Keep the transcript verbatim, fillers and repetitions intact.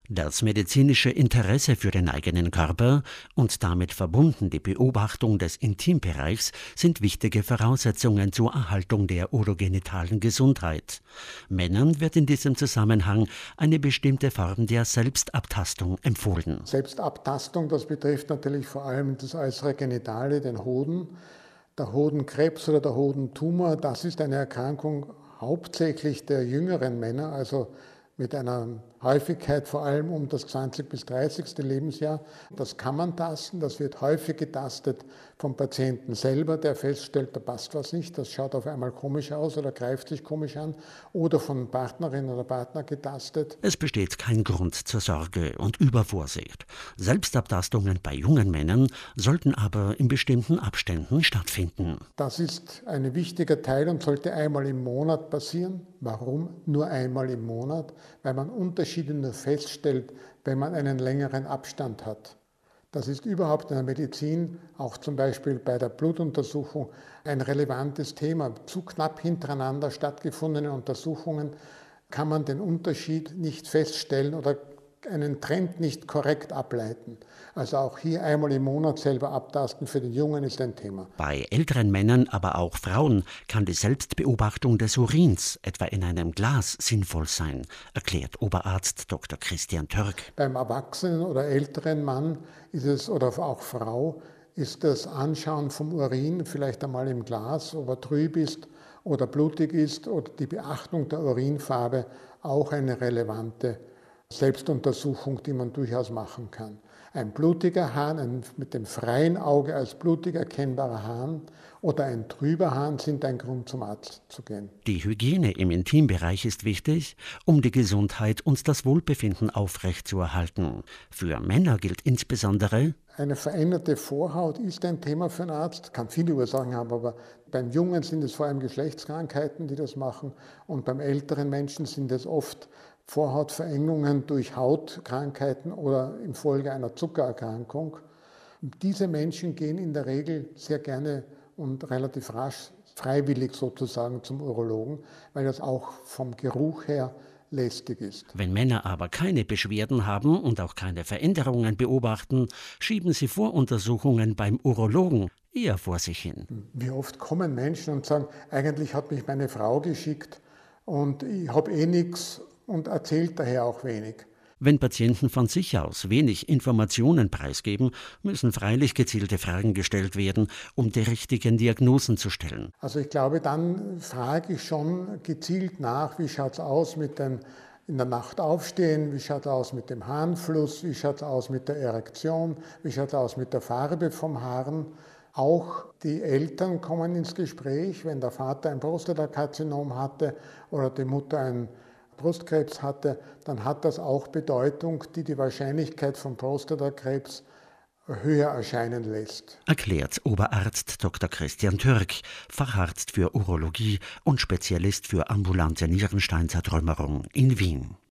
Das medizinische Interesse für den eigenen Körper und damit verbunden die Beobachtung des Intimbereichs sind wichtige Voraussetzungen zur Erhaltung der urogenitalen Gesundheit. Männern wird in diesem Zusammenhang eine bestimmte Form der Selbstabtastung empfohlen. Selbstabtastung, das betrifft natürlich vor allem das äußere Genitale, den Hoden. Der Hodenkrebs oder der Hodentumor, das ist eine Erkrankung hauptsächlich der jüngeren Männer, also mit einer Häufigkeit vor allem um das zwanzigste bis dreißigste Lebensjahr. Das kann man tasten, das wird häufig getastet vom Patienten selber, der feststellt, da passt was nicht, das schaut auf einmal komisch aus oder greift sich komisch an, oder von Partnerin oder Partner getastet. Es besteht kein Grund zur Sorge und Übervorsicht. Selbstabtastungen bei jungen Männern sollten aber in bestimmten Abständen stattfinden. Das ist ein wichtiger Teil und sollte einmal im Monat passieren. Warum nur einmal im Monat? Weil man Unterschiede nur feststellt, wenn man einen längeren Abstand hat. Das ist überhaupt in der Medizin, auch zum Beispiel bei der Blutuntersuchung, ein relevantes Thema. Zu knapp hintereinander stattgefundene Untersuchungen kann man den Unterschied nicht feststellen oder einen Trend nicht korrekt ableiten. Also auch hier einmal im Monat selber abtasten für den Jungen ist ein Thema. Bei älteren Männern, aber auch Frauen, kann die Selbstbeobachtung des Urins, etwa in einem Glas, sinnvoll sein, erklärt Oberarzt Doktor Christian Türk. Beim erwachsenen oder älteren Mann ist es, oder auch Frau, ist das Anschauen vom Urin vielleicht einmal im Glas, ob er trüb ist oder blutig ist, oder die Beachtung der Urinfarbe auch eine relevante Selbstuntersuchung, die man durchaus machen kann. Ein blutiger Hahn, ein mit dem freien Auge als blutig erkennbarer Hahn oder ein trüber Hahn sind ein Grund, zum Arzt zu gehen. Die Hygiene im Intimbereich ist wichtig, um die Gesundheit und das Wohlbefinden aufrechtzuerhalten. Für Männer gilt insbesondere: Eine veränderte Vorhaut ist ein Thema für einen Arzt, kann viele Ursachen haben, aber beim Jungen sind es vor allem Geschlechtskrankheiten, die das machen, und beim älteren Menschen sind es oft Vorhautverengungen durch Hautkrankheiten oder infolge einer Zuckererkrankung. Diese Menschen gehen in der Regel sehr gerne und relativ rasch, freiwillig sozusagen, zum Urologen, weil das auch vom Geruch her lästig ist. Wenn Männer aber keine Beschwerden haben und auch keine Veränderungen beobachten, schieben sie Voruntersuchungen beim Urologen eher vor sich hin. Wie oft kommen Menschen und sagen, eigentlich hat mich meine Frau geschickt und ich habe eh nichts und erzählt daher auch wenig. Wenn Patienten von sich aus wenig Informationen preisgeben, müssen freilich gezielte Fragen gestellt werden, um die richtigen Diagnosen zu stellen. Also ich glaube, dann frage ich schon gezielt nach, wie schaut es aus mit dem in der Nacht aufstehen, wie schaut es aus mit dem Harnfluss, wie schaut es aus mit der Erektion, wie schaut es aus mit der Farbe vom Haaren. Auch die Eltern kommen ins Gespräch, wenn der Vater ein Prostatakarzinom hatte oder die Mutter ein Brustkrebs hatte, dann hat das auch Bedeutung, die die Wahrscheinlichkeit von Prostatakrebs höher erscheinen lässt. Erklärt Oberarzt Doktor Christian Türk, Facharzt für Urologie und Spezialist für ambulante Nierensteinzertrümmerung in Wien.